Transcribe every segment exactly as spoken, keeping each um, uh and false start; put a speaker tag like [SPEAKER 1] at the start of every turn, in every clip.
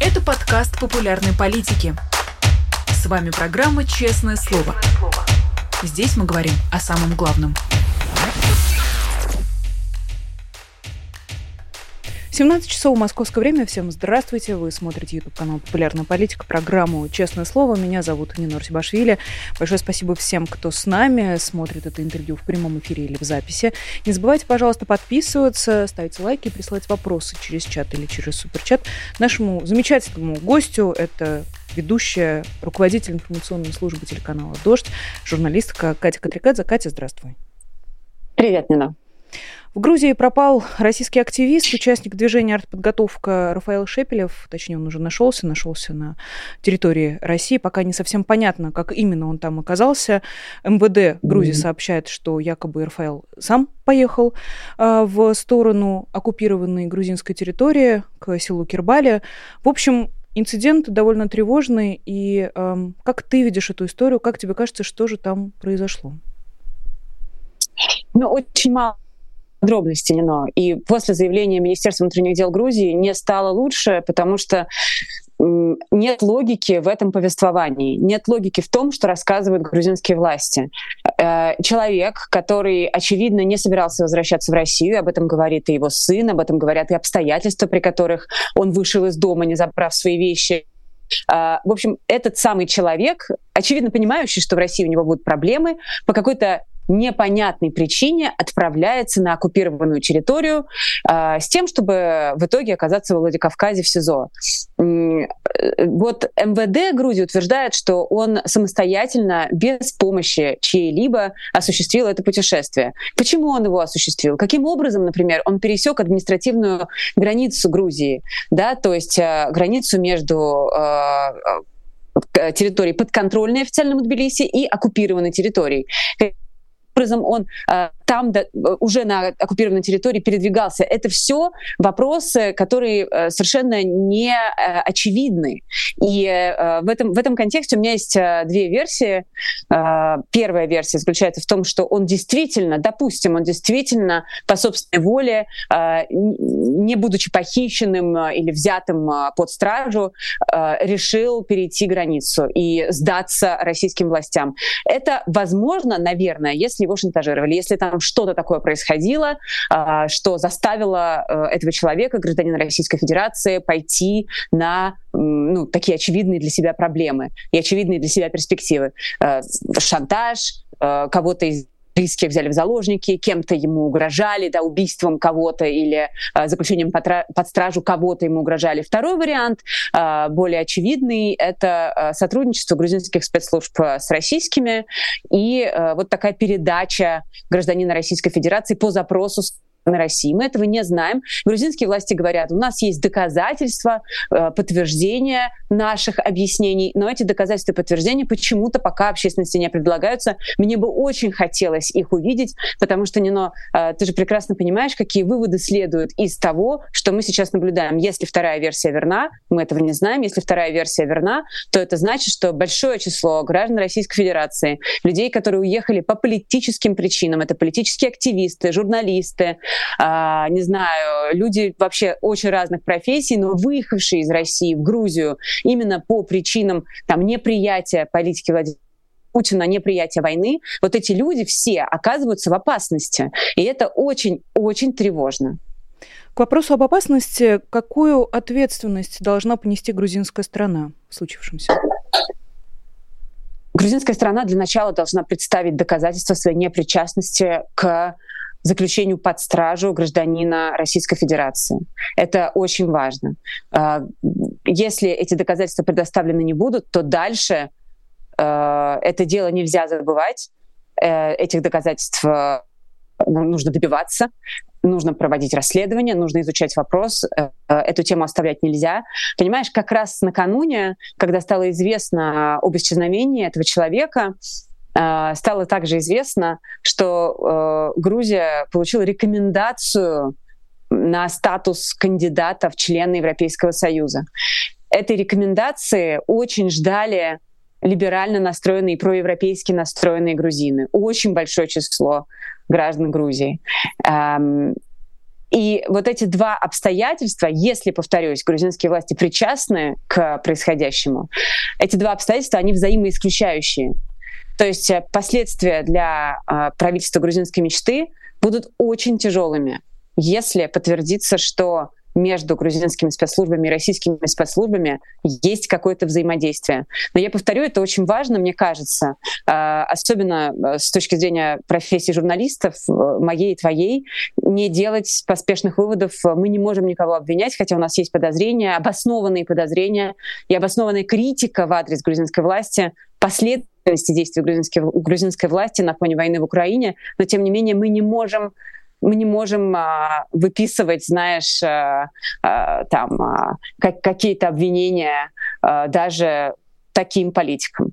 [SPEAKER 1] Это подкаст популярной политики. С вами программа «Честное слово». Здесь мы говорим о самом главном.
[SPEAKER 2] семнадцать часов московское время. Всем здравствуйте. Вы смотрите YouTube-канал «Популярная политика», программу «Честное слово». Меня зовут Нинор Сибашвили. Большое спасибо всем, кто с нами, смотрит это интервью в прямом эфире или в записи. Не забывайте, пожалуйста, подписываться, ставить лайки, присылать вопросы через чат или через суперчат нашему замечательному гостю. Это ведущая, руководитель информационной службы телеканала «Дождь», журналистка Катя Катрикадзе. Катя, здравствуй.
[SPEAKER 3] Привет, Нина.
[SPEAKER 2] В Грузии пропал российский активист, участник движения «Артподготовка» Рафаэл Шепелев. Точнее, он уже нашелся, нашелся на территории России. Пока не совсем понятно, как именно он там оказался. МВД Грузии сообщает, что якобы Рафаэл сам поехал а, в сторону оккупированной грузинской территории, к селу Кирбали. В общем, инцидент довольно тревожный. И а, как ты видишь эту историю? Как тебе кажется, что же там произошло?
[SPEAKER 3] Ну, очень мало подробностей, но и после заявления Министерства внутренних дел Грузии не стало лучше, потому что нет логики в этом повествовании, нет логики в том, что рассказывают грузинские власти. Человек, который, очевидно, не собирался возвращаться в Россию, об этом говорит и его сын, об этом говорят и обстоятельства, при которых он вышел из дома, не забрав свои вещи. В общем, этот самый человек, очевидно понимающий, что в России у него будут проблемы, по какой-то непонятной причине отправляется на оккупированную территорию э, с тем, чтобы в итоге оказаться во Владикавказе в СИЗО. Вот МВД Грузии утверждает, что он самостоятельно, без помощи чьей-либо, осуществил это путешествие. Почему он его осуществил? Каким образом, например, он пересек административную границу Грузии, да, то есть э, границу между э, территорией подконтрольной официальному Тбилиси и оккупированной территорией? Образом он э, там да, уже на оккупированной территории передвигался. Это все вопросы, которые э, совершенно не э, очевидны. И э, в, этом, в этом контексте у меня есть э, две версии. Э, первая версия заключается в том, что он действительно, допустим, он действительно по собственной воле, э, не будучи похищенным э, или взятым э, под стражу, э, решил перейти границу и сдаться российским властям. Это возможно, наверное, если его шантажировали, если там что-то такое происходило, что заставило этого человека, гражданина Российской Федерации, пойти на ну, такие очевидные для себя проблемы и очевидные для себя перспективы. Шантаж, кого-то из близких взяли в заложники, кем-то ему угрожали, да, убийством кого-то или э, заключением под, под стражу кого-то ему угрожали. Второй вариант, э, более очевидный, это э, сотрудничество грузинских спецслужб с российскими и э, вот такая передача гражданина Российской Федерации по запросу на России. Мы этого не знаем. Грузинские власти говорят, у нас есть доказательства, э, подтверждения наших объяснений, но эти доказательства и подтверждения почему-то пока общественности не предлагаются. Мне бы очень хотелось их увидеть, потому что, Нино, э, ты же прекрасно понимаешь, какие выводы следуют из того, что мы сейчас наблюдаем. Если вторая версия верна, мы этого не знаем, если вторая версия верна, то это значит, что большое число граждан Российской Федерации, людей, которые уехали по политическим причинам, это политические активисты, журналисты, Uh, не знаю, люди вообще очень разных профессий, но выехавшие из России в Грузию именно по причинам там, неприятия политики Владимира Путина, неприятия войны, вот эти люди все оказываются в опасности. И это очень-очень тревожно.
[SPEAKER 2] К вопросу об опасности, какую ответственность должна понести грузинская сторона в случившемся?
[SPEAKER 3] Грузинская сторона для начала должна представить доказательства своей непричастности к заключению под стражу гражданина Российской Федерации. Это очень важно. Если эти доказательства предоставлены не будут, то дальше это дело нельзя забывать. Этих доказательств нужно добиваться, нужно проводить расследование, нужно изучать вопрос. Эту тему оставлять нельзя. Понимаешь, как раз накануне, когда стало известно об исчезновении этого человека, стало также известно, что э, Грузия получила рекомендацию на статус кандидата в члены Европейского Союза. Этой рекомендации очень ждали либерально настроенные и проевропейски настроенные грузины. Очень большое число граждан Грузии. Эм, И вот эти два обстоятельства, если, повторюсь, грузинские власти причастны к происходящему, эти два обстоятельства, они взаимоисключающие. То есть последствия для э, правительства грузинской мечты будут очень тяжелыми, если подтвердится, что между грузинскими спецслужбами и российскими спецслужбами есть какое-то взаимодействие. Но я повторю, это очень важно, мне кажется, особенно с точки зрения профессии журналистов, моей и твоей, не делать поспешных выводов. Мы не можем никого обвинять, хотя у нас есть подозрения, обоснованные подозрения и обоснованная критика в адрес грузинской власти, последовательности действий грузинской, грузинской власти на фоне войны в Украине, но тем не менее мы не можем Мы не можем а, выписывать, знаешь, а, а, там а, как, какие-то обвинения а, даже таким политикам.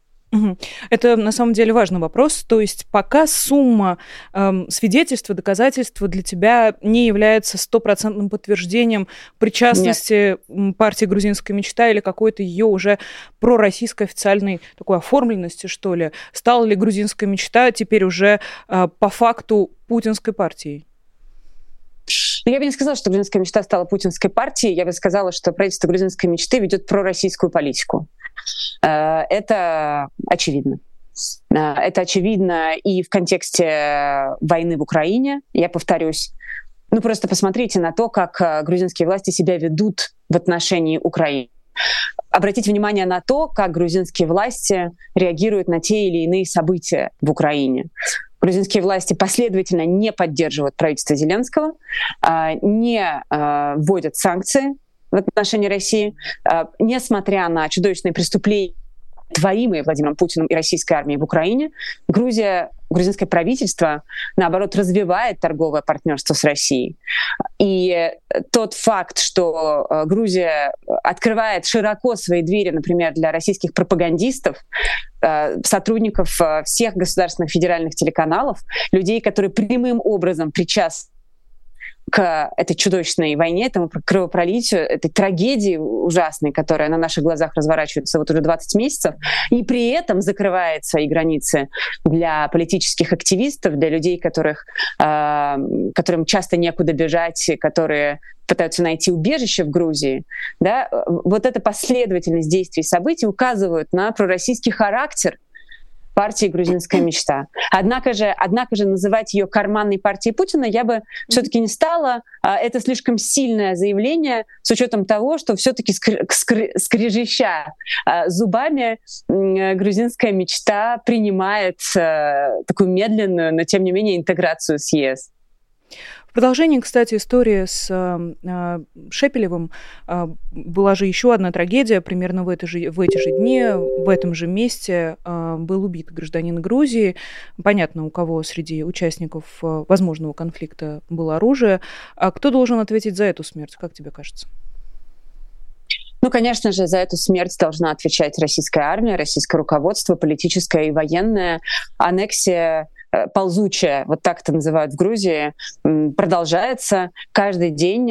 [SPEAKER 2] Это на самом деле важный вопрос. То есть пока сумма э, свидетельств, доказательств для тебя не является стопроцентным подтверждением причастности Нет. партии «Грузинская мечта» или какой-то ее уже пророссийской официальной такой оформленности, что ли. Стала ли «Грузинская мечта» теперь уже э, по факту путинской партией?
[SPEAKER 3] Я бы не сказала, что «Грузинская мечта» стала путинской партией. Я бы сказала, что правительство «Грузинской мечты» ведет пророссийскую политику. Это очевидно. Это очевидно и в контексте войны в Украине. Я повторюсь, ну просто посмотрите на то, как грузинские власти себя ведут в отношении Украины. Обратите внимание на то, как грузинские власти реагируют на те или иные события в Украине. Грузинские власти последовательно не поддерживают правительство Зеленского, не вводят санкции в отношении России, несмотря на чудовищные преступления, творимые Владимиром Путиным и российской армией в Украине. Грузия, грузинское правительство, наоборот, развивает торговое партнерство с Россией. И тот факт, что Грузия открывает широко свои двери, например, для российских пропагандистов, сотрудников всех государственных федеральных телеканалов, людей, которые прямым образом причастны к этой чудовищной войне, этому кровопролитию, этой трагедии ужасной, которая на наших глазах разворачивается вот уже двадцать месяцев, и при этом закрывает свои границы для политических активистов, для людей, которых, э, которым часто некуда бежать, которые пытаются найти убежище в Грузии. Да? Вот эта последовательность действий и событий указывают на пророссийский характер партии «Грузинская мечта». Однако же, однако же называть ее карманной партией Путина я бы mm-hmm. все-таки не стала. Это слишком сильное заявление с учетом того, что все-таки скр- скр- скрежеща зубами «Грузинская мечта» принимает такую медленную, но тем не менее интеграцию с ЕС.
[SPEAKER 2] В продолжении, кстати, истории с э, Шепелевым э, была же еще одна трагедия. Примерно в, это же, в эти же дни, в этом же месте э, был убит гражданин Грузии. Понятно, у кого среди участников э, возможного конфликта было оружие. А кто должен ответить за эту смерть, как тебе кажется?
[SPEAKER 3] Ну, конечно же, за эту смерть должна отвечать российская армия, российское руководство, политическое и военное. Аннексия ползучая, вот так это называют в Грузии, продолжается. Каждый день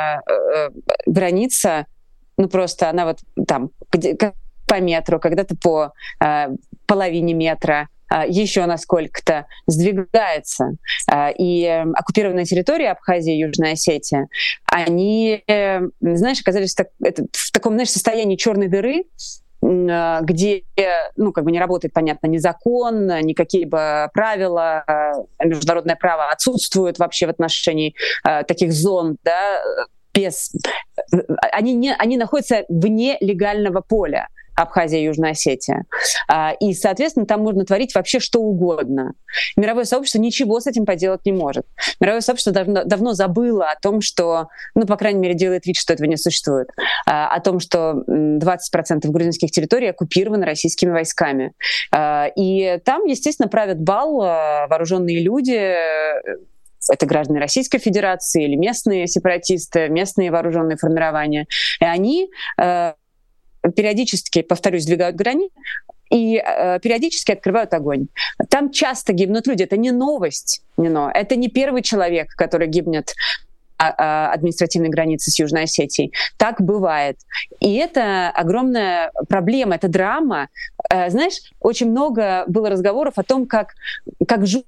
[SPEAKER 3] граница, ну просто она вот там по метру, когда-то по половине метра, еще на сколько-то сдвигается. И оккупированные территории Абхазии и Южная Осетия, они, знаешь, оказались в, так, в таком, знаешь, состоянии черной дыры, где, ну, как бы не работает, понятно, ни закон, ни какие-либо правила, международное право отсутствует вообще в отношении э, таких зон, да, без... Они, не, они находятся вне легального поля. Абхазия и Южная Осетия. И, соответственно, там можно творить вообще что угодно. Мировое сообщество ничего с этим поделать не может. Мировое сообщество давно, давно забыло о том, что, ну, по крайней мере, делает вид, что этого не существует, о том, что двадцать процентов грузинских территорий оккупированы российскими войсками. И там, естественно, правят бал вооруженные люди, это граждане Российской Федерации или местные сепаратисты, местные вооруженные формирования. И они периодически, повторюсь, сдвигают границы и э, периодически открывают огонь. Там часто гибнут люди. Это не новость. Не но. Это не первый человек, который гибнет а, а, административной границы с Южной Осетией. Так бывает. И это огромная проблема, это драма. Э, знаешь, очень много было разговоров о том, как, как жутко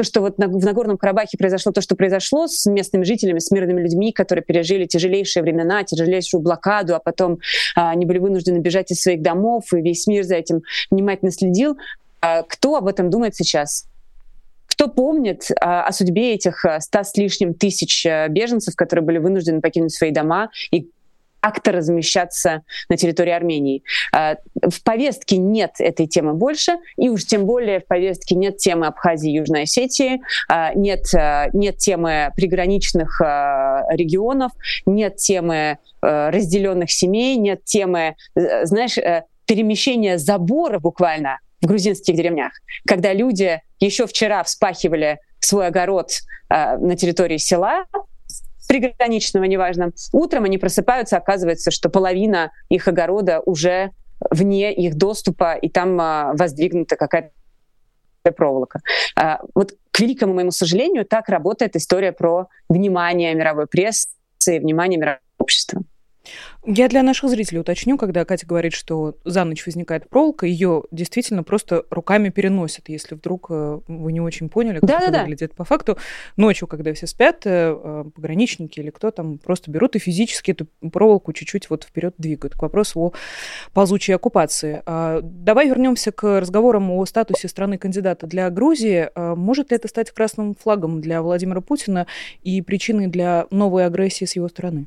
[SPEAKER 3] то, что вот в Нагорном Карабахе произошло то, что произошло с местными жителями, с мирными людьми, которые пережили тяжелейшие времена, тяжелейшую блокаду, а потом а, они были вынуждены бежать из своих домов, и весь мир за этим внимательно следил. А, кто об этом думает сейчас? Кто помнит а, о судьбе этих ста с лишним тысяч беженцев, которые были вынуждены покинуть свои дома и как-то размещаться на территории Армении? А, в повестке нет этой темы больше, и уж тем более в повестке нет темы Абхазии и Южной Осетии, а, нет, а, нет темы приграничных а, регионов, нет темы а, разделенных семей, нет темы, знаешь, перемещения забора буквально в грузинских деревнях, когда люди еще вчера вспахивали свой огород э, на территории села, приграничного, неважно. Утром они просыпаются, оказывается, что половина их огорода уже вне их доступа, и там э, воздвигнута какая-то проволока. Э, вот, к великому моему сожалению, так работает история про внимание мировой прессы и внимание мирового общества.
[SPEAKER 2] Я для наших зрителей уточню, когда Катя говорит, что за ночь возникает проволока, ее действительно просто руками переносят, если вдруг вы не очень поняли, как
[SPEAKER 3] да,
[SPEAKER 2] это
[SPEAKER 3] да,
[SPEAKER 2] выглядит по факту. Ночью, когда все спят, пограничники или кто там просто берут и физически эту проволоку чуть-чуть вот вперед двигают. К вопросу о ползучей оккупации. Давай вернемся к разговорам о статусе страны-кандидата для Грузии. Может ли это стать красным флагом для Владимира Путина и причиной для новой агрессии с его стороны?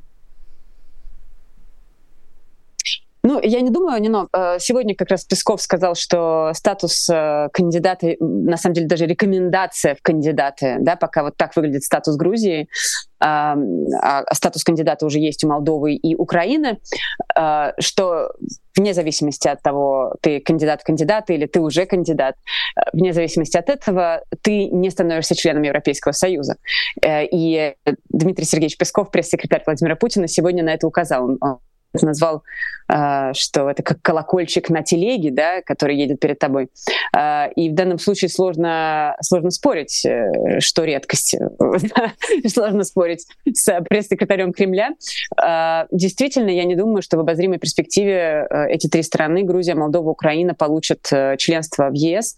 [SPEAKER 3] Ну, я не думаю, Нино. Сегодня как раз Песков сказал, что статус кандидата, на самом деле даже рекомендация в кандидаты, да, пока вот так выглядит статус Грузии, а статус кандидата уже есть у Молдовы и Украины, что вне зависимости от того, ты кандидат в кандидаты или ты уже кандидат, вне зависимости от этого, ты не становишься членом Европейского Союза. И Дмитрий Сергеевич Песков, пресс-секретарь Владимира Путина, сегодня на это указал. Он назвал, что это как колокольчик на телеге, да, который едет перед тобой. И в данном случае сложно, сложно спорить, что редкость. Сложно спорить с пресс-секретарем Кремля. Действительно, я не думаю, что в обозримой перспективе эти три страны, Грузия, Молдова, Украина, получат членство в ЕС.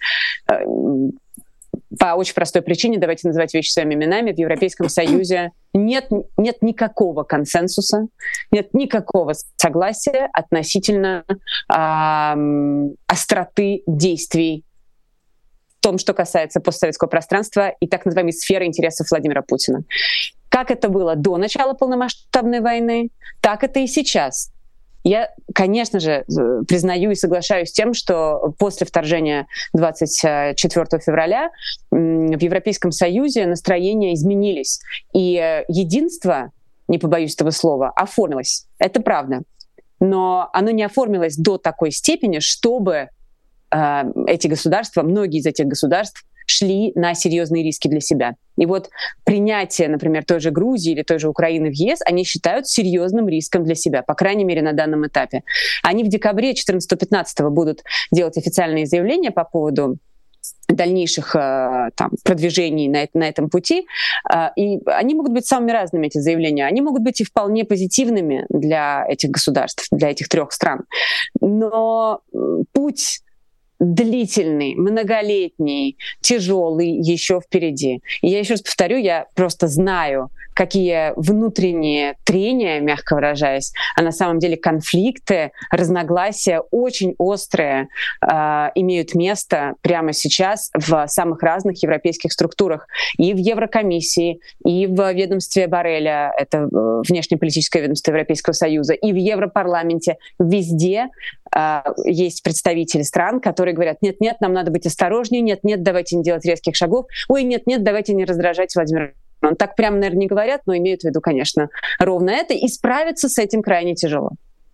[SPEAKER 3] По очень простой причине, давайте называть вещи своими именами, в Европейском Союзе нет, нет никакого консенсуса, нет никакого согласия относительно э, остроты действий в том, что касается постсоветского пространства и так называемой сферы интересов Владимира Путина. Как это было до начала полномасштабной войны, так это и сейчас. Я, конечно же, признаю и соглашаюсь с тем, что после вторжения двадцать четвёртого февраля в Европейском Союзе настроения изменились. И единство, не побоюсь этого слова, оформилось. Это правда. Но оно не оформилось до такой степени, чтобы э, эти государства, многие из этих государств, шли на серьезные риски для себя. И вот принятие, например, той же Грузии или той же Украины в ЕС, они считают серьезным риском для себя, по крайней мере, на данном этапе. Они в декабре четырнадцатого-пятнадцатого будут делать официальные заявления по поводу дальнейших там, продвижений на, на этом пути. И они могут быть самыми разными, эти заявления. Они могут быть и вполне позитивными для этих государств, для этих трех стран. Но путь длительный, многолетний, тяжелый еще впереди. И я еще раз повторю, я просто знаю, какие внутренние трения, мягко выражаясь, а на самом деле конфликты, разногласия очень острые э, имеют место прямо сейчас в самых разных европейских структурах. И в Еврокомиссии, и в ведомстве Борреля, это внешнеполитическое ведомство Европейского Союза, и в Европарламенте. Везде э, есть представители стран, которые говорят: нет-нет, нам надо быть осторожнее, нет-нет, давайте не делать резких шагов, ой, нет-нет, давайте не раздражать Владимира. Он так прямо, наверное, не говорят, но имеют в виду, конечно, ровно это, и справиться с этим крайне тяжело.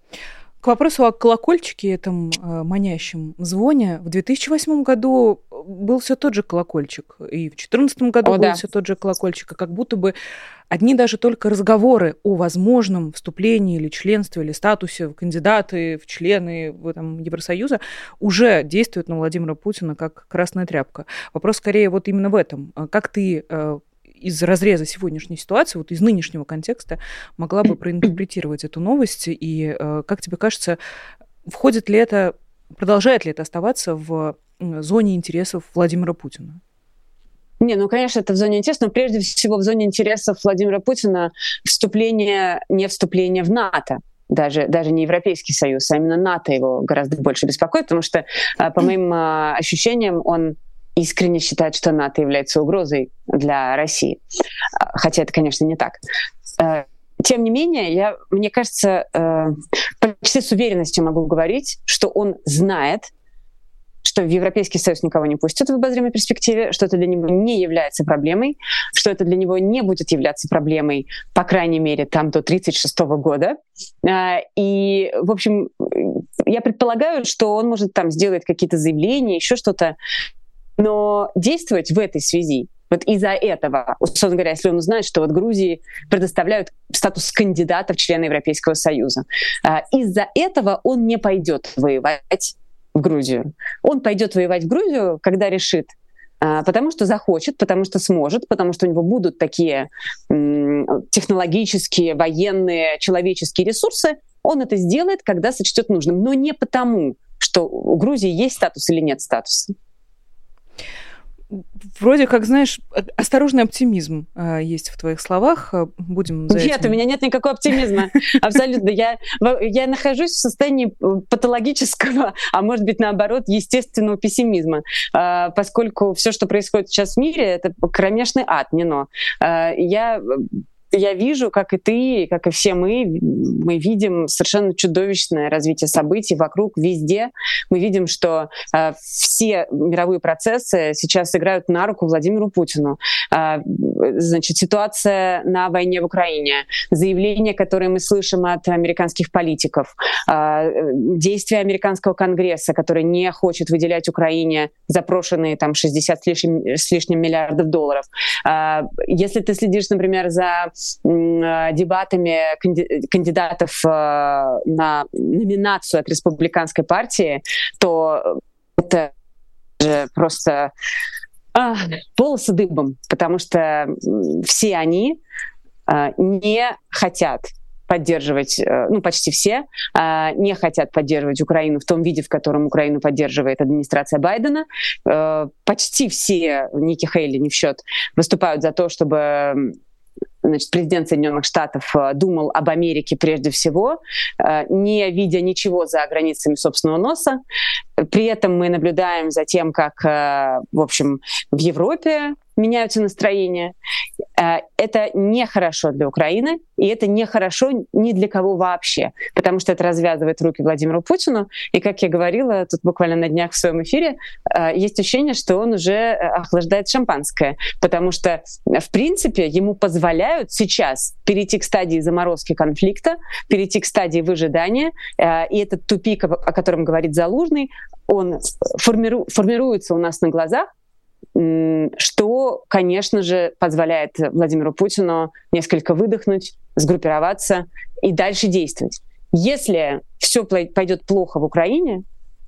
[SPEAKER 2] К вопросу о колокольчике, этом э, манящем звоне, в две тысячи восьмом году был все тот же колокольчик, и в две тысячи четырнадцатом году о, был да. все тот же колокольчик, и как будто бы одни даже только разговоры о возможном вступлении или членстве, или статусе в кандидаты, в члены в, там, Евросоюза уже действуют на Владимира Путина как красная тряпка. Вопрос скорее вот именно в этом. Как ты э, из разреза сегодняшней ситуации, вот из нынешнего контекста, могла бы проинтерпретировать эту новость? И, как тебе кажется, входит ли это, продолжает ли это оставаться в зоне интересов Владимира Путина?
[SPEAKER 3] Не, ну, конечно, это в зоне интересов, но прежде всего в зоне интересов Владимира Путина вступление, не вступление в НАТО. Даже, даже не Европейский Союз, а именно НАТО его гораздо больше беспокоит, потому что, по моим ощущениям, он искренне считает, что НАТО является угрозой для России. Хотя это, конечно, не так. Тем не менее, я, мне кажется, почти с уверенностью могу говорить, что он знает, что в Европейский Союз никого не пустят в обозримой перспективе, что это для него не является проблемой, что это для него не будет являться проблемой, по крайней мере, там до тридцать шестого года. И, в общем, я предполагаю, что он может там сделать какие-то заявления, еще что-то, но действовать в этой связи, вот из-за этого, условно говоря, если он узнает, что вот Грузии предоставляют статус кандидата в члены Европейского Союза, из-за этого он не пойдет воевать в Грузию. Он пойдет воевать в Грузию, когда решит, потому что захочет, потому что сможет, потому что у него будут такие технологические, военные, человеческие ресурсы. Он это сделает, когда сочтет нужным, но не потому, что у Грузии есть статус или нет статуса.
[SPEAKER 2] Вроде как, знаешь, осторожный оптимизм э, есть в твоих словах. Будем за
[SPEAKER 3] Нет,
[SPEAKER 2] этим...
[SPEAKER 3] у меня нет никакого оптимизма. Абсолютно. Я, я нахожусь в состоянии патологического, а может быть, наоборот, естественного пессимизма, э, поскольку все, что происходит сейчас в мире, это кромешный ад, не но. Э, я... Я вижу, как и ты, как и все мы, мы видим совершенно чудовищное развитие событий вокруг, везде. Мы видим, что э, все мировые процессы сейчас играют на руку Владимиру Путину. Э, значит, ситуация на войне в Украине, заявления, которые мы слышим от американских политиков, э, действия американского Конгресса, который не хочет выделять Украине запрошенные там шестьдесят с лишним, с лишним миллиардов долларов. Э, если ты следишь, например, за дебатами кандидатов на номинацию от республиканской партии, то это же просто а, волосы дыбом, потому что все они а, не хотят поддерживать, ну, почти все, а, не хотят поддерживать Украину в том виде, в котором Украину поддерживает администрация Байдена. А, почти все, Ники Хейли не в счет, выступают за то, чтобы значит, президент Соединенных Штатов думал об Америке прежде всего, не видя ничего за границами собственного носа. При этом мы наблюдаем за тем, как, в общем, в Европе меняются настроения. Это нехорошо для Украины, и это нехорошо ни для кого вообще, потому что это развязывает руки Владимиру Путину. И, как я говорила тут буквально на днях в своем эфире, есть ощущение, что он уже охлаждает шампанское, потому что, в принципе, ему позволяют сейчас перейти к стадии заморозки конфликта, перейти к стадии выжидания, и этот тупик, о котором говорит Залужный, он формиру- формируется у нас на глазах, что, конечно же, позволяет Владимиру Путину несколько выдохнуть, сгруппироваться и дальше действовать. Если все пойдет плохо в Украине,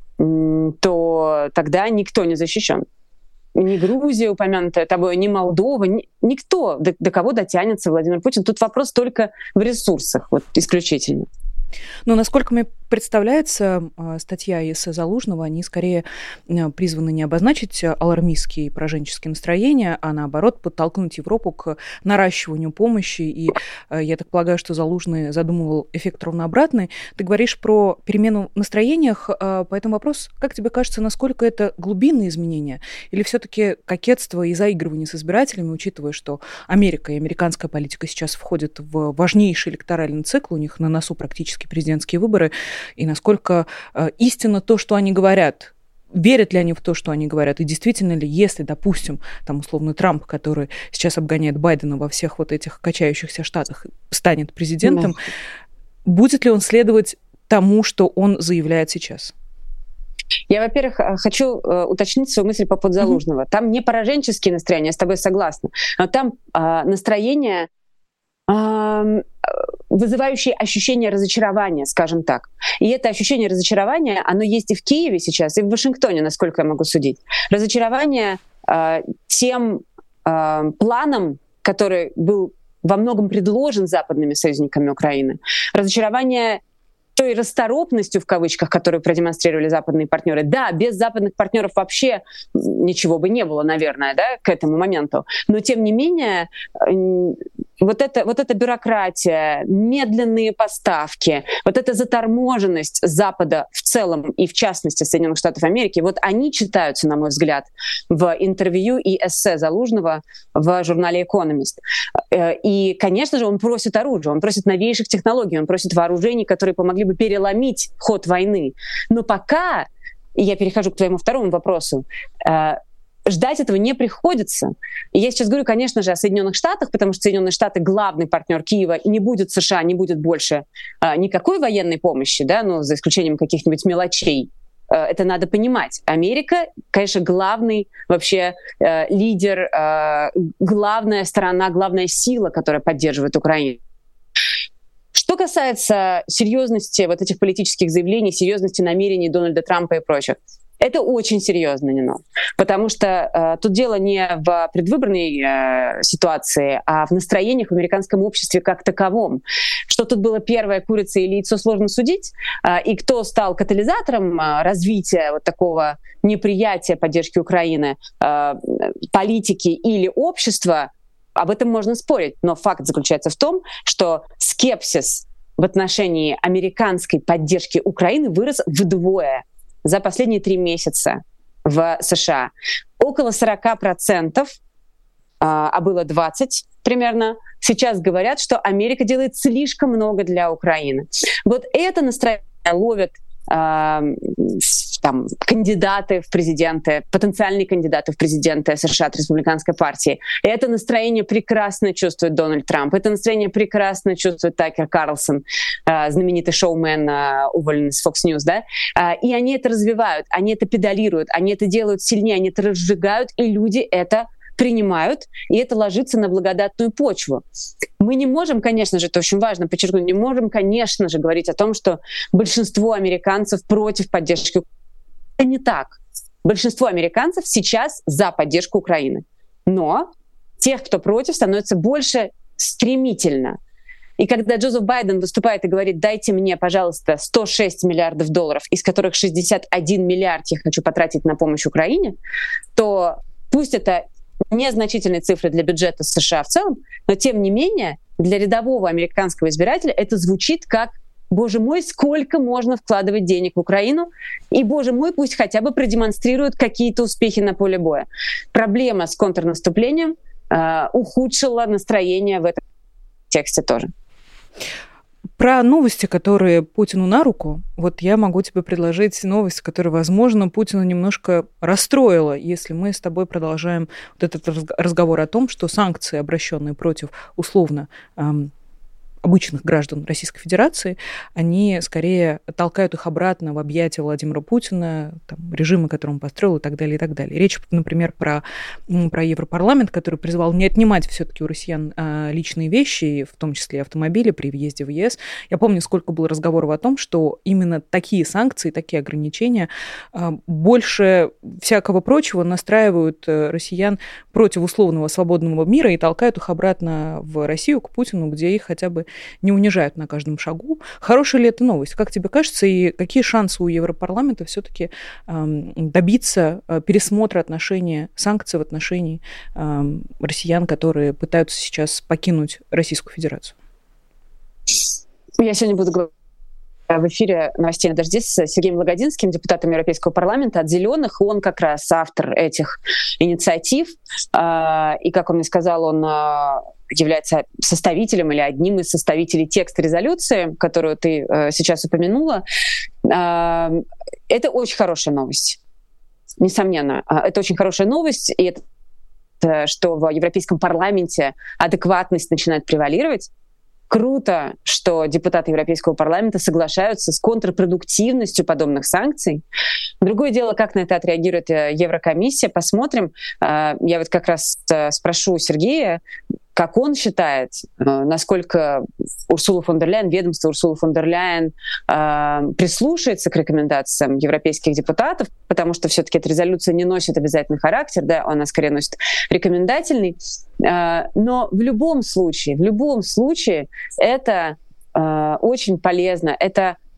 [SPEAKER 3] то тогда никто не защищен. Ни Грузия, упомянутая тобой, ни Молдова, ни, никто, до, до кого дотянется Владимир Путин. Тут вопрос только в ресурсах, вот исключительно.
[SPEAKER 2] Но, насколько мне представляется, статья и эссе Залужного, они скорее призваны не обозначить алармистские и пораженческие настроения, а наоборот подтолкнуть Европу к наращиванию помощи. И я так полагаю, что Залужный задумывал эффект ровно обратный. Ты говоришь про перемену в настроениях, поэтому вопрос, как тебе кажется, насколько это глубинные изменения? Или все-таки кокетство и заигрывание с избирателями, учитывая, что Америка и американская политика сейчас входят в важнейший электоральный цикл, у них на носу практически президентские выборы, и насколько э, истинно то, что они говорят, верят ли они в то, что они говорят, и действительно ли, если, допустим, там условно Трамп, который сейчас обгоняет Байдена во всех вот этих качающихся штатах, станет президентом, mm. будет ли он следовать тому, что он заявляет сейчас?
[SPEAKER 3] Я, во-первых, хочу э, уточнить свою мысль по поводу Залужного. Mm-hmm. Там не пораженческие настроения, я с тобой согласна, но там э, настроение, э, вызывающие ощущение разочарования, скажем так. И это ощущение разочарования, оно есть и в Киеве сейчас, и в Вашингтоне, насколько я могу судить. Разочарование э, тем э, планом, который был во многом предложен западными союзниками Украины. Разочарование той расторопностью, в кавычках, которую продемонстрировали западные партнеры. Да, без западных партнеров вообще ничего бы не было, наверное, да, к этому моменту. Но, тем не менее, вот, это, вот эта бюрократия, медленные поставки, вот эта заторможенность Запада в целом и, в частности, Соединенных Штатов Америки, вот они читаются, на мой взгляд, в интервью и эссе Залужного в журнале «Экономист». И, конечно же, он просит оружия, он просит новейших технологий, он просит вооружений, которые помогли бы переломить ход войны. Но пока, и я перехожу к твоему второму вопросу, э, ждать этого не приходится. И я сейчас говорю, конечно же, о Соединенных Штатах, потому что Соединенные Штаты — главный партнер Киева, и не будет США, не будет больше э, никакой военной помощи, да, ну, за исключением каких-нибудь мелочей. Э, это надо понимать. Америка, конечно, главный вообще э, лидер, э, главная сторона, главная сила, которая поддерживает Украину. Что касается серьезности вот этих политических заявлений, серьезности намерений Дональда Трампа и прочих, это очень серьезно, Нино. Потому что э, тут дело не в предвыборной э, ситуации, а в настроениях в американском обществе как таковом. Что тут было первое, курица или яйцо, сложно судить. Э, и кто стал катализатором э, развития вот такого неприятия поддержки Украины, э, политики или общества, об этом можно спорить, но факт заключается в том, что скепсис в отношении американской поддержки Украины вырос вдвое за последние три месяца в США. Около сорок процентов, а было двадцать примерно, сейчас говорят, что Америка делает слишком много для Украины. Вот это настроение ловят там, кандидаты в президенты, потенциальные кандидаты в президенты США от республиканской партии. И это настроение прекрасно чувствует Дональд Трамп. Это настроение прекрасно чувствует Такер Карлсон, знаменитый шоумен, уволенный с Fox News. Да? И они это развивают, они это педалируют, они это делают сильнее, они это разжигают, и люди это принимают, и это ложится на благодатную почву. Мы не можем, конечно же, это очень важно подчеркнуть, не можем, конечно же, говорить о том, что большинство американцев против поддержки Украины. Это не так. Большинство американцев сейчас за поддержку Украины. Но тех, кто против, становится больше стремительно. И когда Джозеф Байден выступает и говорит: дайте мне, пожалуйста, сто шесть миллиардов долларов, из которых шестьдесят один миллиард я хочу потратить на помощь Украине, то пусть это незначительные цифры для бюджета США в целом, но тем не менее для рядового американского избирателя это звучит как: боже мой, сколько можно вкладывать денег в Украину, и, боже мой, пусть хотя бы продемонстрируют какие-то успехи на поле боя. Проблема с контрнаступлением э, ухудшила настроение в этом тексте тоже.
[SPEAKER 2] Про новости, которые Путину на руку, вот я могу тебе предложить новость, которая, возможно, Путина немножко расстроила, если мы с тобой продолжаем вот этот разговор о том, что санкции, обращенные против условно эм, обычных граждан Российской Федерации, они скорее толкают их обратно в объятия Владимира Путина, там, режима, который он построил, и так далее, и так далее. Речь, например, про, про Европарламент, который призвал не отнимать все-таки у россиян а, личные вещи, в том числе и автомобили, при въезде в ЕС. Я помню, сколько было разговоров о том, что именно такие санкции, такие ограничения а, больше всякого прочего настраивают россиян против условного свободного мира и толкают их обратно в Россию, к Путину, где их хотя бы не унижают на каждом шагу. Хорошая ли это новость? Как тебе кажется, и какие шансы у Европарламента все-таки эм, добиться э, пересмотра отношения, санкций в отношении эм, россиян, которые пытаются сейчас покинуть Российскую Федерацию?
[SPEAKER 3] Я сегодня буду говорить в эфире «Новостей на дожде» с Сергеем Лагодинским, депутатом Европейского парламента от «Зеленых». Он как раз автор этих инициатив. И, как он мне сказал, он является составителем или одним из составителей текста резолюции, которую ты сейчас упомянула. Это очень хорошая новость. Несомненно. Это очень хорошая новость, и это, что в Европейском парламенте адекватность начинает превалировать. Круто, что депутаты Европейского парламента соглашаются с контрпродуктивностью подобных санкций. Другое дело, как на это отреагирует Еврокомиссия. Посмотрим. Я вот как раз спрошу Сергея, как он считает, насколько Урсула фон дер Ляйен, ведомство Урсулы фон дер Ляйен э, прислушается к рекомендациям европейских депутатов, потому что все-таки эта резолюция не носит обязательный характер, да, она скорее носит рекомендательный. Э, но в любом случае, в любом случае это э, очень полезно. Это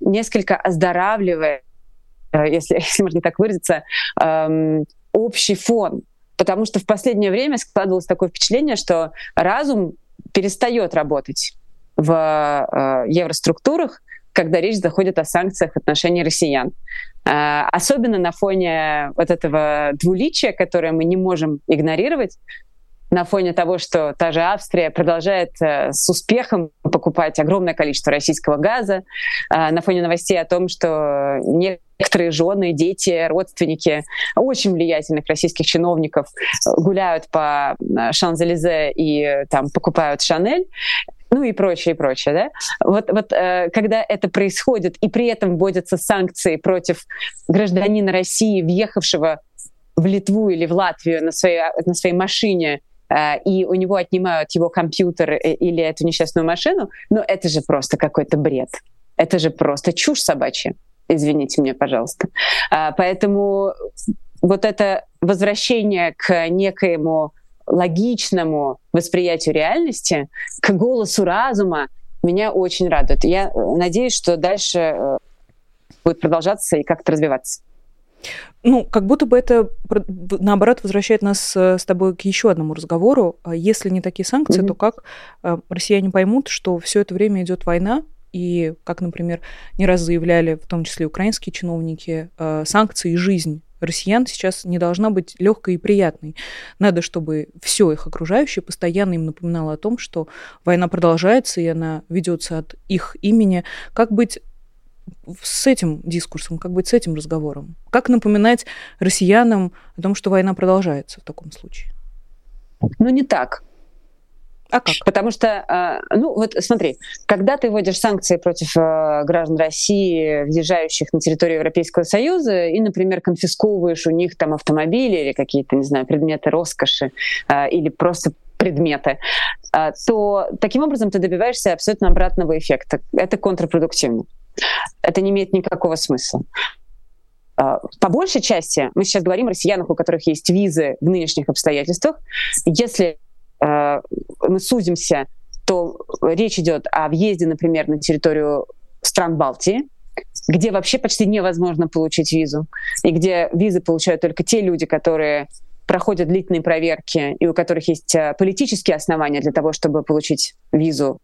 [SPEAKER 3] несколько оздоравливает, если, если можно так выразиться, эм, общий фон. Потому что в последнее время складывалось такое впечатление, что разум перестает работать в э, евроструктурах, когда речь заходит о санкциях в отношении россиян. Э, особенно на фоне вот этого двуличия, которое мы не можем игнорировать, на фоне того, что та же Австрия продолжает э, с успехом покупать огромное количество российского газа, э, на фоне новостей о том, что некоторые жены, дети, родственники очень влиятельных российских чиновников гуляют по Шан-Зелизе и там покупают Шанель, ну и прочее, и прочее, да? Вот, вот э, когда это происходит, и при этом вводятся санкции против гражданина России, въехавшего в Литву или в Латвию на своей, на своей машине, и у него отнимают его компьютер или эту несчастную машину, но это же просто какой-то бред. Это же просто чушь собачья. Извините меня, пожалуйста. Поэтому вот это возвращение к некоему логичному восприятию реальности, к голосу разума, меня очень радует. Я надеюсь, что дальше будет продолжаться и как-то развиваться.
[SPEAKER 2] Ну, как будто бы это, наоборот, возвращает нас с тобой к еще одному разговору. Если не такие санкции, mm-hmm. то как россияне поймут, что все это время идет война, и, как, например, не раз заявляли, в том числе украинские чиновники, санкции и жизнь россиян сейчас не должна быть легкой и приятной. Надо, чтобы все их окружающее постоянно им напоминало о том, что война продолжается, и она ведется от их имени. Как быть с этим дискурсом, как быть с этим разговором? Как напоминать россиянам о том, что война продолжается в таком случае?
[SPEAKER 3] Ну, не так.
[SPEAKER 2] А как?
[SPEAKER 3] Потому что, ну вот смотри, когда ты вводишь санкции против граждан России, въезжающих на территорию Европейского Союза, и, например, конфисковываешь у них там автомобили или какие-то, не знаю, предметы роскоши, или просто предметы, то таким образом ты добиваешься абсолютно обратного эффекта. Это контрпродуктивно. Это не имеет никакого смысла. По большей части, мы сейчас говорим о россиянах, у которых есть визы в нынешних обстоятельствах. Если э, мы сузимся, то речь идет о въезде, например, на территорию стран Балтии, где вообще почти невозможно получить визу, и где визы получают только те люди, которые проходят длительные проверки и у которых есть политические основания для того, чтобы получить визу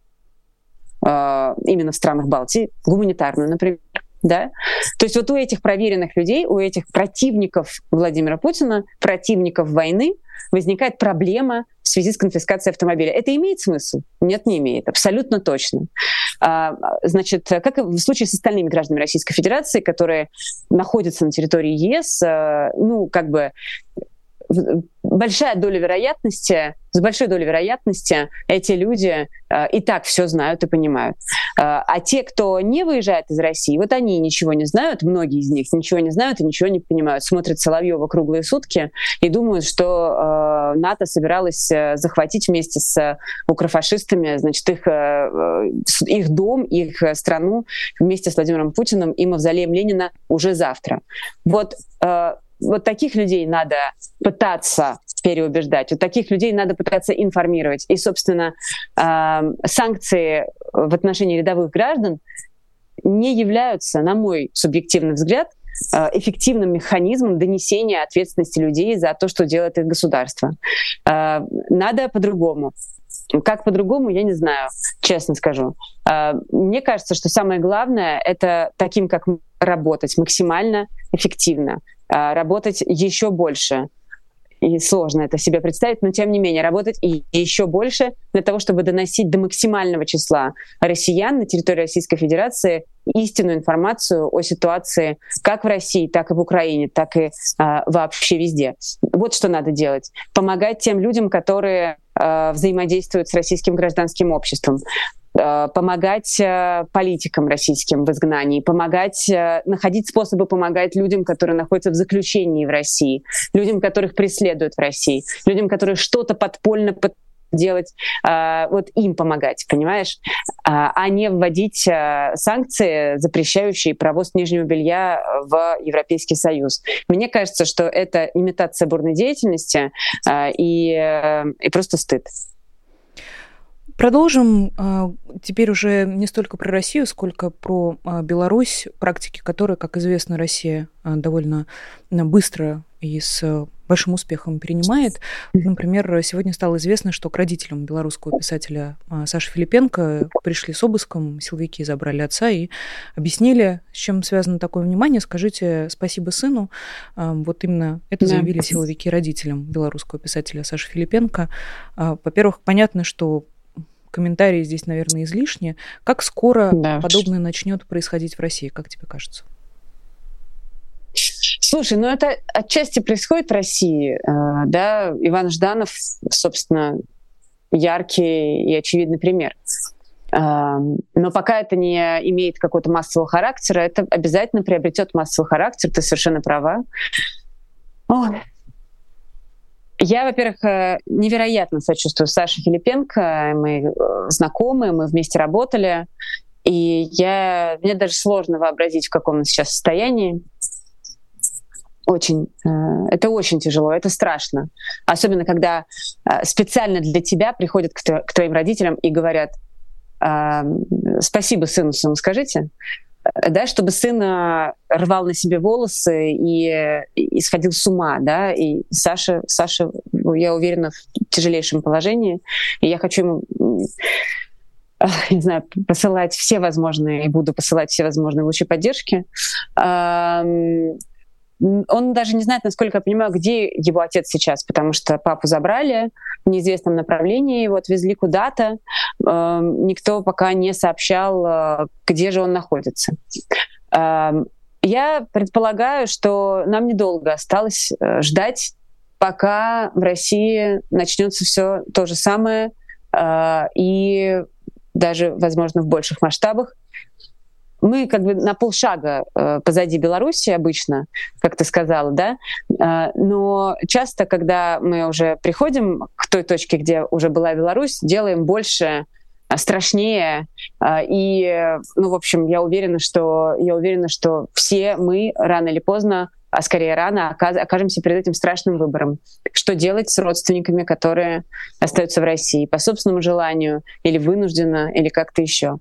[SPEAKER 3] именно в странах Балтии, гуманитарную, например. Да? То есть вот у этих проверенных людей, у этих противников Владимира Путина, противников войны, возникает проблема в связи с конфискацией автомобиля. Это имеет смысл? Нет, не имеет. Абсолютно точно. Значит, как и в случае с остальными гражданами Российской Федерации, которые находятся на территории ЕС, ну, как бы большая доля вероятности, с большой долей вероятности эти люди э, и так все знают и понимают. Э, а те, кто не выезжает из России, вот они ничего не знают, многие из них ничего не знают и ничего не понимают. Смотрят Соловьева круглые сутки и думают, что э, НАТО собиралось э, захватить вместе с укрофашистами, значит, их, э, их дом, их страну вместе с Владимиром Путиным и мавзолеем Ленина уже завтра. Вот э, Вот таких людей надо пытаться переубеждать, вот таких людей надо пытаться информировать. И, собственно, э, санкции в отношении рядовых граждан не являются, на мой субъективный взгляд, э, эффективным механизмом донесения ответственности людей за то, что делает их государство. Э, надо по-другому. Как по-другому, я не знаю, честно скажу. Э, мне кажется, что самое главное — это таким, как мы, работать максимально эффективно, работать еще больше. И сложно это себе представить, но тем не менее работать и еще больше для того, чтобы доносить до максимального числа россиян на территории Российской Федерации истинную информацию о ситуации как в России, так и в Украине, так и а, вообще везде. Вот что надо делать. Помогать тем людям, которые а, взаимодействуют с российским гражданским обществом. Помогать политикам российским в изгнании, помогать, находить способы помогать людям, которые находятся в заключении в России, людям, которых преследуют в России, людям, которые что-то подпольно делать, вот им помогать, понимаешь? А не вводить санкции, запрещающие провоз нижнего белья в Европейский Союз. Мне кажется, что это имитация бурной деятельности и, и просто стыд.
[SPEAKER 2] Продолжим теперь уже не столько про Россию, сколько про Беларусь, практики которой, как известно, Россия довольно быстро и с большим успехом перенимает. Например, сегодня стало известно, что к родителям белорусского писателя Саши Филипенко пришли с обыском, силовики забрали отца и объяснили, с чем связано такое внимание. Скажите спасибо сыну. Вот именно это заявили да. силовики родителям белорусского писателя Саши Филипенко. Во-первых, понятно, что комментарии здесь, наверное, излишни. Как скоро да. подобное начнет происходить в России, как тебе кажется?
[SPEAKER 3] Слушай, ну это отчасти происходит в России, да, Иван Жданов, собственно, яркий и очевидный пример. Но пока это не имеет какого-то массового характера, это обязательно приобретет массовый характер, ты совершенно права. Ой. Я, во-первых, невероятно сочувствую Саше Филипенко, мы знакомы, мы вместе работали, и я, мне даже сложно вообразить, в каком он сейчас состоянии. Очень, это очень тяжело, это страшно. Особенно, когда специально для тебя приходят к твоим родителям и говорят: «Спасибо сыну своему скажите», да, чтобы сын рвал на себе волосы и, и сходил с ума, да, и Саша, Саша, я уверена, в тяжелейшем положении, и я хочу ему, не знаю, посылать все возможные, и буду посылать все возможные лучи поддержки. Он даже не знает, насколько я понимаю, где его отец сейчас, потому что папу забрали в неизвестном направлении, его отвезли куда-то. Э, никто пока не сообщал, э, где же он находится. Э, я предполагаю, что нам недолго осталось э, ждать, пока в России начнется все то же самое, э, и даже, возможно, в больших масштабах. Мы как бы на полшага э, позади Беларуси обычно, как ты сказала, да, э, но часто, когда мы уже приходим к той точке, где уже была Беларусь, делаем больше, э, страшнее, э, и, ну, в общем, я уверена, что, я уверена, что все мы рано или поздно, а скорее рано, окажемся перед этим страшным выбором. Что делать с родственниками, которые остаются в России по собственному желанию или вынужденно, или как-то еще.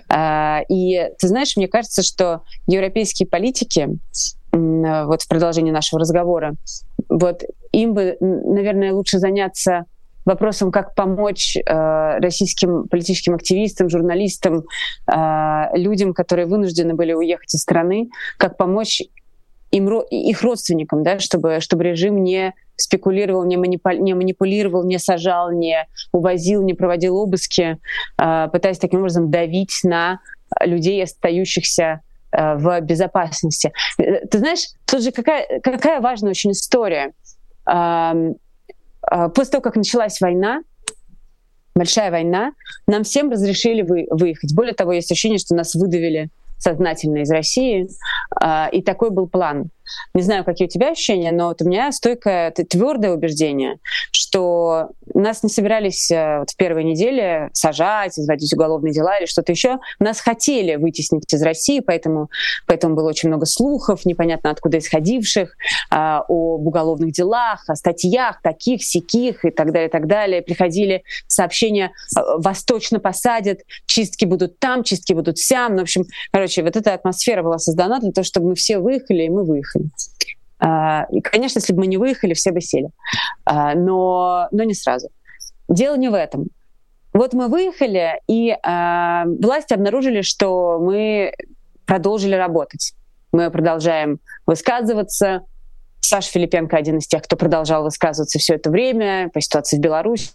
[SPEAKER 3] И ты знаешь, мне кажется, что европейские политики, вот в продолжении нашего разговора, вот им бы, наверное, лучше заняться вопросом, как помочь э, российским политическим активистам, журналистам, э, людям, которые вынуждены были уехать из страны, как помочь им, их родственникам, да, чтобы, чтобы режим не спекулировал, не, манипу- не манипулировал, не сажал, не увозил, не проводил обыски, э, пытаясь таким образом давить на людей, остающихся э, в безопасности. Ты знаешь, тут же какая, какая важная очень история. Э, э, после того, как началась война, большая война, нам всем разрешили вы, выехать. Более того, есть ощущение, что нас выдавили сознательно из России, э, и такой был план. Не знаю, какие у тебя ощущения, но вот у меня стойкое, твердое убеждение, что нас не собирались э, вот в первой неделе сажать, изводить уголовные дела или что-то еще. Нас хотели вытеснить из России, поэтому, поэтому было очень много слухов, непонятно откуда исходивших, э, об уголовных делах, о статьях таких, сяких и так далее, и так далее. Приходили сообщения: вас точно посадят, чистки будут там, чистки будут сям. Ну, в общем, короче, вот эта атмосфера была создана для того, чтобы мы все выехали, и мы выехали. И, конечно, если бы мы не выехали, все бы сели. Но, но не сразу. Дело не в этом. Вот мы выехали, и э, власти обнаружили, что мы продолжили работать. Мы продолжаем высказываться. Саша Филипенко один из тех, кто продолжал высказываться все это время по ситуации в Беларуси.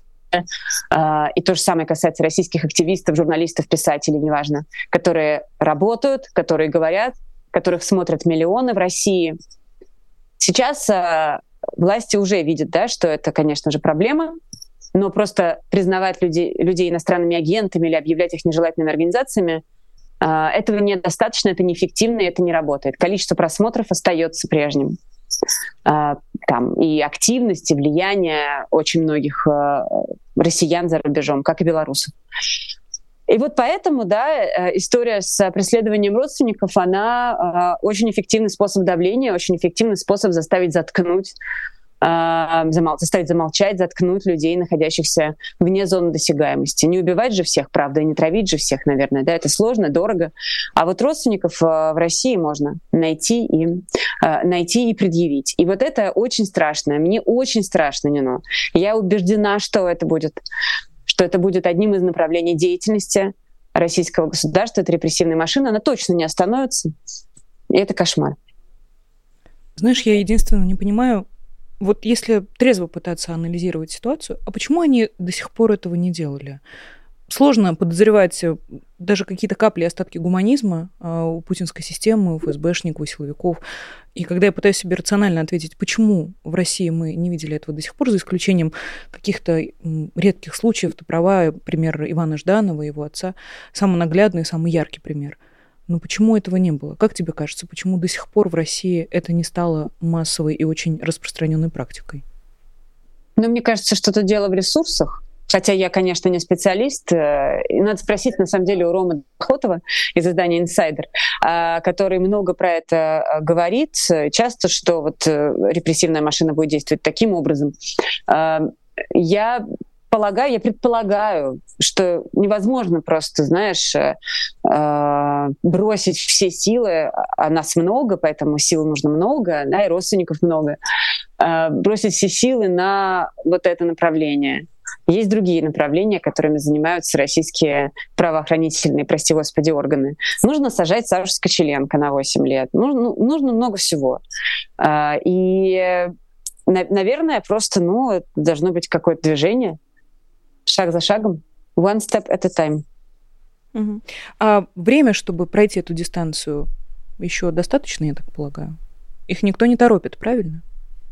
[SPEAKER 3] И то же самое касается российских активистов, журналистов, писателей, неважно, которые работают, которые говорят, которых смотрят миллионы в России. Сейчас э, власти уже видят, да, что это, конечно же, проблема, но просто признавать людей, людей иностранными агентами или объявлять их нежелательными организациями, э, этого недостаточно, это неэффективно, и это не работает. Количество просмотров остается прежним. Э, там и активность, и влияние очень многих э, россиян за рубежом, как и белорусов. И вот поэтому, да, история с преследованием родственников, она э, очень эффективный способ давления, очень эффективный способ заставить заткнуть заставить замолчать, заткнуть людей, находящихся вне зоны досягаемости. Не убивать же всех, правда, и не травить же всех, наверное, да, это сложно, дорого. А вот родственников в России можно найти и, найти и предъявить. И вот это очень страшно. Мне очень страшно, Нино. Я убеждена, что это будет, что это будет одним из направлений деятельности российского государства. Это репрессивная машина, она точно не остановится. И это кошмар.
[SPEAKER 2] Знаешь, я единственное не понимаю, вот если трезво пытаться анализировать ситуацию, а почему они до сих пор этого не делали? Сложно подозревать даже какие-то капли, остатки гуманизма у путинской системы, у ФСБшников, у силовиков. И когда я пытаюсь себе рационально ответить, почему в России мы не видели этого до сих пор, за исключением каких-то редких случаев, ты права, пример Ивана Жданова, его отца, самый наглядный, самый яркий пример. Но почему этого не было? Как тебе кажется, почему до сих пор в России это не стало массовой и очень распространенной практикой?
[SPEAKER 3] Ну, мне кажется, что это дело в ресурсах. Хотя я, конечно, не специалист. И надо спросить, на самом деле, у Ромы Доходова из издания «Инсайдер», который много про это говорит. Часто, что вот репрессивная машина будет действовать таким образом. Я полагаю, я предполагаю, что невозможно просто, знаешь, бросить все силы, а нас много, поэтому сил нужно много, да, и родственников много, бросить все силы на вот это направление. Есть другие направления, которыми занимаются российские правоохранительные, прости господи, органы. Нужно сажать Сашу Скочеленко на восемь лет. Нужно, нужно много всего. И, наверное, просто ну, должно быть какое-то движение, шаг за шагом, one step at a time.
[SPEAKER 2] Угу. А время, чтобы пройти эту дистанцию, еще достаточно, я так полагаю? Их никто не торопит, правильно?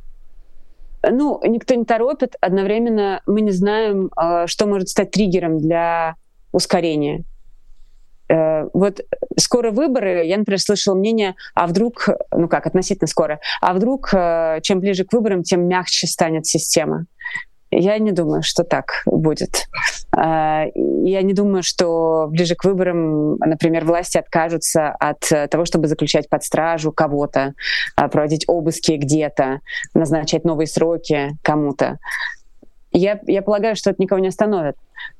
[SPEAKER 3] Ну, никто не торопит. Одновременно мы не знаем, что может стать триггером для ускорения. Вот скоро выборы, я, например, слышала мнение, а вдруг, ну как, относительно скоро, а вдруг чем ближе к выборам, тем мягче станет система. Я не думаю, что так будет. Я не думаю, что ближе к выборам, например, власти откажутся от того, чтобы заключать под стражу кого-то, проводить обыски где-то, назначать новые сроки кому-то. Я, я полагаю, что это никого не остановит.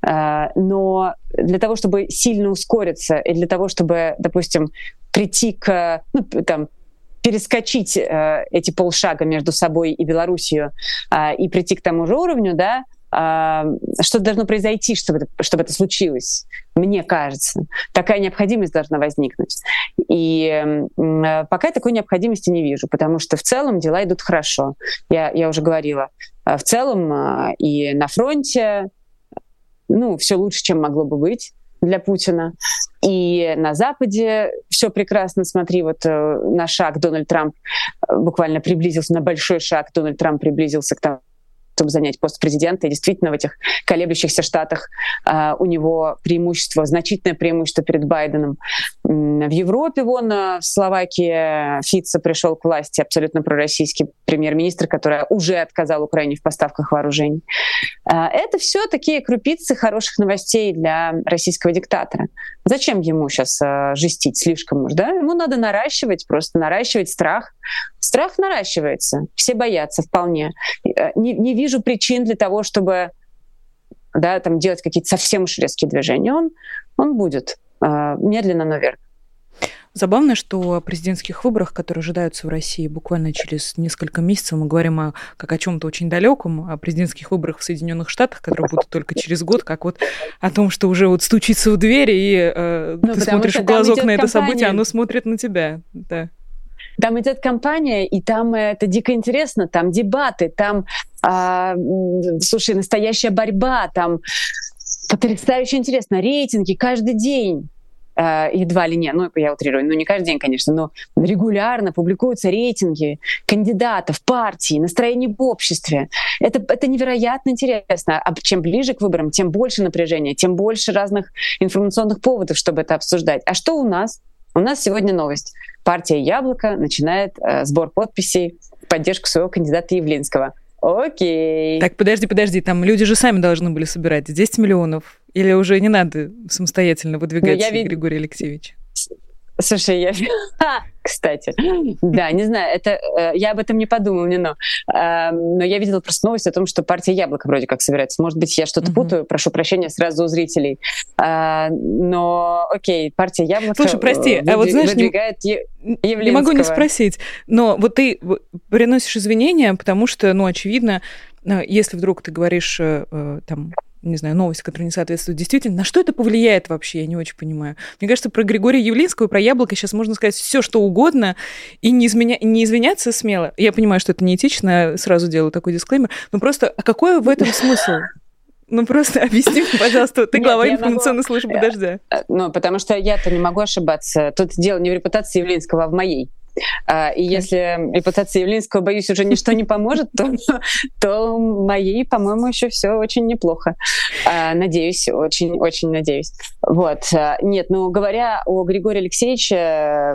[SPEAKER 3] Но для того, чтобы сильно ускориться, и для того, чтобы, допустим, прийти к... Ну, там, перескочить э, эти полшага между собой и Белоруссией э, и прийти к тому же уровню, да, э, что должно произойти, чтобы это, чтобы это случилось, мне кажется. Такая необходимость должна возникнуть. И э, пока я такой необходимости не вижу, потому что в целом дела идут хорошо. Я, я уже говорила. В целом э, и на фронте ну, все лучше, чем могло бы быть для Путина. И на Западе все прекрасно. Смотри, вот э, на шаг Дональд Трамп буквально приблизился, на большой шаг Дональд Трамп приблизился к тому, чтобы занять пост президента. И действительно в этих колеблющихся штатах э, у него преимущество, значительное преимущество перед Байденом. В Европе, вон, в Словакии Фицо пришел к власти, абсолютно пророссийский премьер-министр, который уже отказал Украине в поставках вооружений. Э, это все такие крупицы хороших новостей для российского диктатора. Зачем ему сейчас э, жестить слишком уж, да? Ему надо наращивать, просто наращивать страх. Страх наращивается, все боятся вполне. Не, не вижу причин для того, чтобы да, там, делать какие-то совсем уж резкие движения. Он, он будет э, медленно, но верно.
[SPEAKER 2] Забавно, что о президентских выборах, которые ожидаются в России буквально через несколько месяцев, мы говорим о, как о чем-то очень далеком, о президентских выборах в Соединенных Штатах, которые будут только через год, как вот о том, что уже вот стучится в дверь, и э, ну, ты смотришь в глазок на это компания. Событие, оно смотрит на тебя. Да.
[SPEAKER 3] Там идет кампания, и там это дико интересно, там дебаты, там, а, слушай, настоящая борьба, там потрясающе интересно, рейтинги каждый день. Едва ли не, ну, я утрирую, ну, не каждый день, конечно, но регулярно публикуются рейтинги кандидатов, партий, настроений в обществе. Это, это невероятно интересно. А чем ближе к выборам, тем больше напряжения, тем больше разных информационных поводов, чтобы это обсуждать. А что у нас? У нас сегодня новость. Партия «Яблоко» начинает э, сбор подписей в поддержку своего кандидата Явлинского. Окей.
[SPEAKER 2] Так, подожди, подожди, там люди же сами должны были собирать десять миллионов. Или уже не надо самостоятельно выдвигать ну, вид... Григория Алексеевича?
[SPEAKER 3] Слушай, я... Кстати, да, не знаю, это я об этом не подумала, но, но я видела просто новость о том, что партия «Яблоко» вроде как собирается. Может быть, я что-то mm-hmm. путаю, прошу прощения сразу у зрителей. Но, окей, партия «Яблоко»
[SPEAKER 2] Слушай, прости,
[SPEAKER 3] выдвиг...
[SPEAKER 2] а вот, знаешь,
[SPEAKER 3] выдвигает не... Явленского.
[SPEAKER 2] Не могу не спросить, но вот ты приносишь извинения, потому что, ну, очевидно, если вдруг ты говоришь там... не знаю, новость, которая не соответствует действительно. На что это повлияет вообще, я не очень понимаю. Мне кажется, про Григория Явлинского и про «Яблоко» сейчас можно сказать все, что угодно, и не, изменя... не извиняться смело. Я понимаю, что это неэтично, сразу делаю такой дисклеймер, но просто, а какой в этом смысл? Ну, просто объясни мне, пожалуйста, ты глава Нет, информационной могу... службы «Дождя». Ну,
[SPEAKER 3] потому что я-то не могу ошибаться. Тут дело не в репутации Явлинского, а в моей. И если репутации Явлинского, боюсь, уже ничто не поможет, то, то моей, по-моему, еще все очень неплохо. Надеюсь, очень-очень надеюсь. Вот. Нет, ну, говоря о Григории Алексеевиче,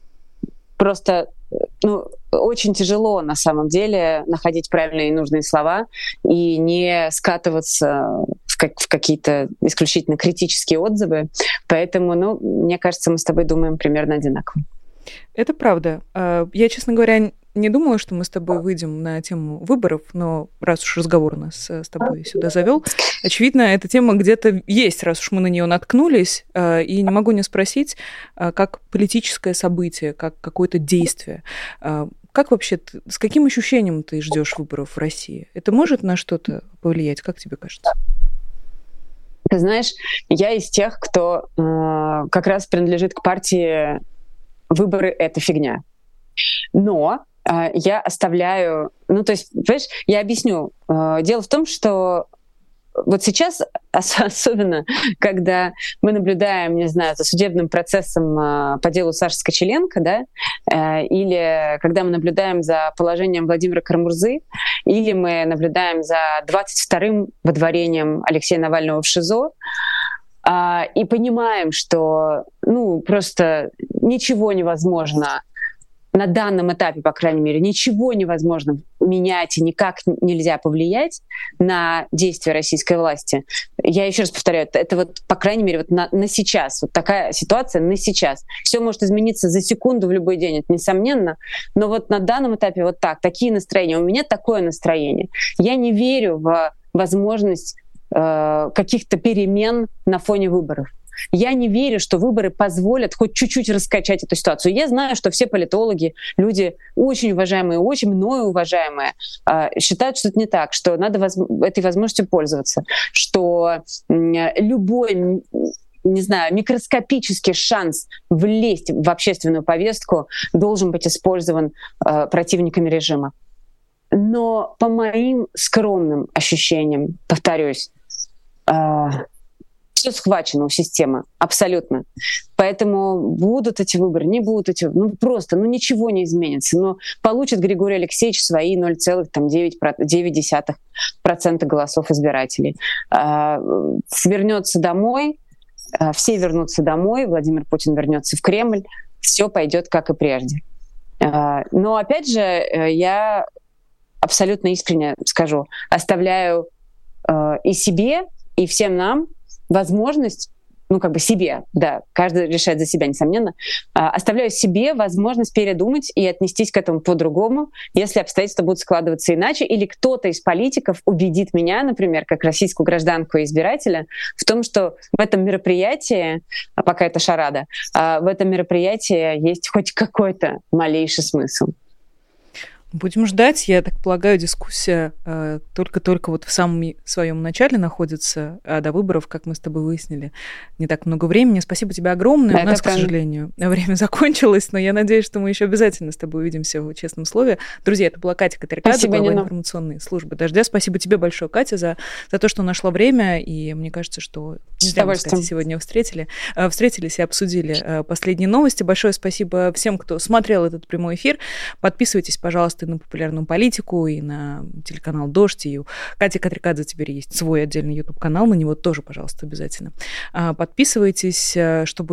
[SPEAKER 3] просто ну, очень тяжело на самом деле находить правильные и нужные слова и не скатываться в, как, в какие-то исключительно критические отзывы. Поэтому, ну, мне кажется, мы с тобой думаем примерно одинаково.
[SPEAKER 2] Это правда. Я, честно говоря, не думала, что мы с тобой выйдем на тему выборов, но раз уж разговор у нас с тобой сюда завел, очевидно, эта тема где-то есть, раз уж мы на нее наткнулись, и не могу не спросить, как политическое событие, как какое-то действие. Как вообще, с каким ощущением ты ждешь выборов в России? Это может на что-то повлиять, как тебе кажется?
[SPEAKER 3] Ты знаешь, я из тех, кто э, как раз принадлежит к партии «Выборы — это фигня». Но э, я оставляю... Ну, то есть, понимаешь, я объясню. Э, дело в том, что вот сейчас, особенно, когда мы наблюдаем, не знаю, за судебным процессом э, по делу Саши Скочеленко, да, э, или когда мы наблюдаем за положением Владимира Карамурзы, или мы наблюдаем за двадцать вторым водворением Алексея Навального в ШИЗО, и понимаем, что ну, просто ничего невозможно на данном этапе, по крайней мере, ничего невозможно менять и никак нельзя повлиять на действия российской власти. Я еще раз повторяю, это, это вот, по крайней мере, вот на, на сейчас. Вот такая ситуация на сейчас. Все может измениться за секунду в любой день, это несомненно. Но вот на данном этапе вот так, такие настроения. У меня такое настроение. Я не верю в возможность каких-то перемен на фоне выборов. Я не верю, что выборы позволят хоть чуть-чуть раскачать эту ситуацию. Я знаю, что все политологи, люди очень уважаемые, очень мною уважаемые, считают, что это не так, что надо воз... этой возможностью пользоваться, что любой, не знаю, микроскопический шанс влезть в общественную повестку должен быть использован противниками режима. Но по моим скромным ощущениям, повторюсь, все схвачено у системы, абсолютно. Поэтому будут эти выборы, не будут эти выборы, ну просто, ну ничего не изменится. Но получит Григорий Алексеевич свои ноль целых девять десятых процента голосов избирателей. Вернется домой, все вернутся домой, Владимир Путин вернется в Кремль, все пойдет как и прежде. Но опять же, я абсолютно искренне скажу, оставляю и себе, и всем нам возможность, ну, как бы себе, да, каждый решает за себя, несомненно, оставляю себе возможность передумать и отнестись к этому по-другому, если обстоятельства будут складываться иначе, или кто-то из политиков убедит меня, например, как российскую гражданку и избирателя, в том, что в этом мероприятии, пока это шарада, в этом мероприятии есть хоть какой-то малейший смысл.
[SPEAKER 2] Будем ждать. Я так полагаю, дискуссия э, только-только вот в самом своем начале находится, а до выборов, как мы с тобой выяснили, не так много времени. Спасибо тебе огромное. Да, у нас, к сожалению, время закончилось, но я надеюсь, что мы еще обязательно с тобой увидимся в «Честном слове». Друзья, это была Катя Катыркадзе, глава информационной службы «Дождя». Спасибо тебе большое, Катя, за, за то, что нашла время. И мне кажется, что не зря мы с Катей сегодня встретили, э, встретились и обсудили э, последние новости. Большое спасибо всем, кто смотрел этот прямой эфир. Подписывайтесь, пожалуйста, и на популярную политику, и на телеканал «Дождь», и у Кати Катыркадзе теперь есть свой отдельный YouTube-канал, на него тоже, пожалуйста, обязательно подписывайтесь, чтобы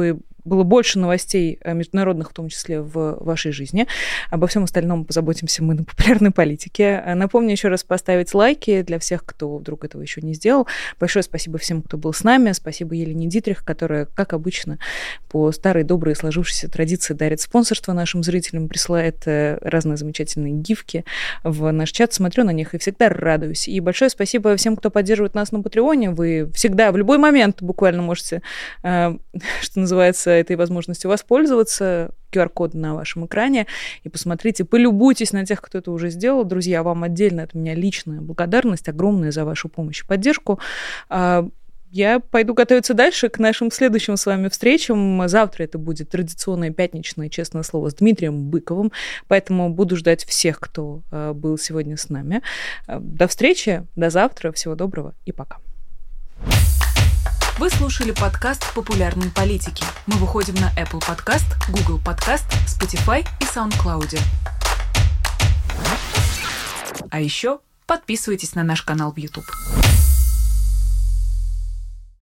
[SPEAKER 2] было больше новостей международных, в том числе в вашей жизни. Обо всем остальном позаботимся мы на популярной политике. Напомню еще раз поставить лайки для всех, кто вдруг этого еще не сделал. Большое спасибо всем, кто был с нами. Спасибо Елене Дитрих, которая, как обычно, по старой доброй сложившейся традиции дарит спонсорство нашим зрителям, присылает разные замечательные гифки в наш чат. Смотрю на них и всегда радуюсь. И большое спасибо всем, кто поддерживает нас на Патреоне. Вы всегда, в любой момент буквально можете, что называется, этой возможностью воспользоваться. ку ар-код на вашем экране. И посмотрите, полюбуйтесь на тех, кто это уже сделал. Друзья, вам отдельно от меня личная благодарность, огромная за вашу помощь и поддержку. Я пойду готовиться дальше к нашим следующим с вами встречам. Завтра это будет традиционное пятничное «Честное слово» с Дмитрием Быковым, поэтому буду ждать всех, кто был сегодня с нами. До встречи, до завтра, всего доброго и пока.
[SPEAKER 1] Вы слушали подкаст «Популярные политики». Мы выходим на Apple Podcast, Google Podcast, Spotify и SoundCloud. А еще подписывайтесь на наш канал в YouTube.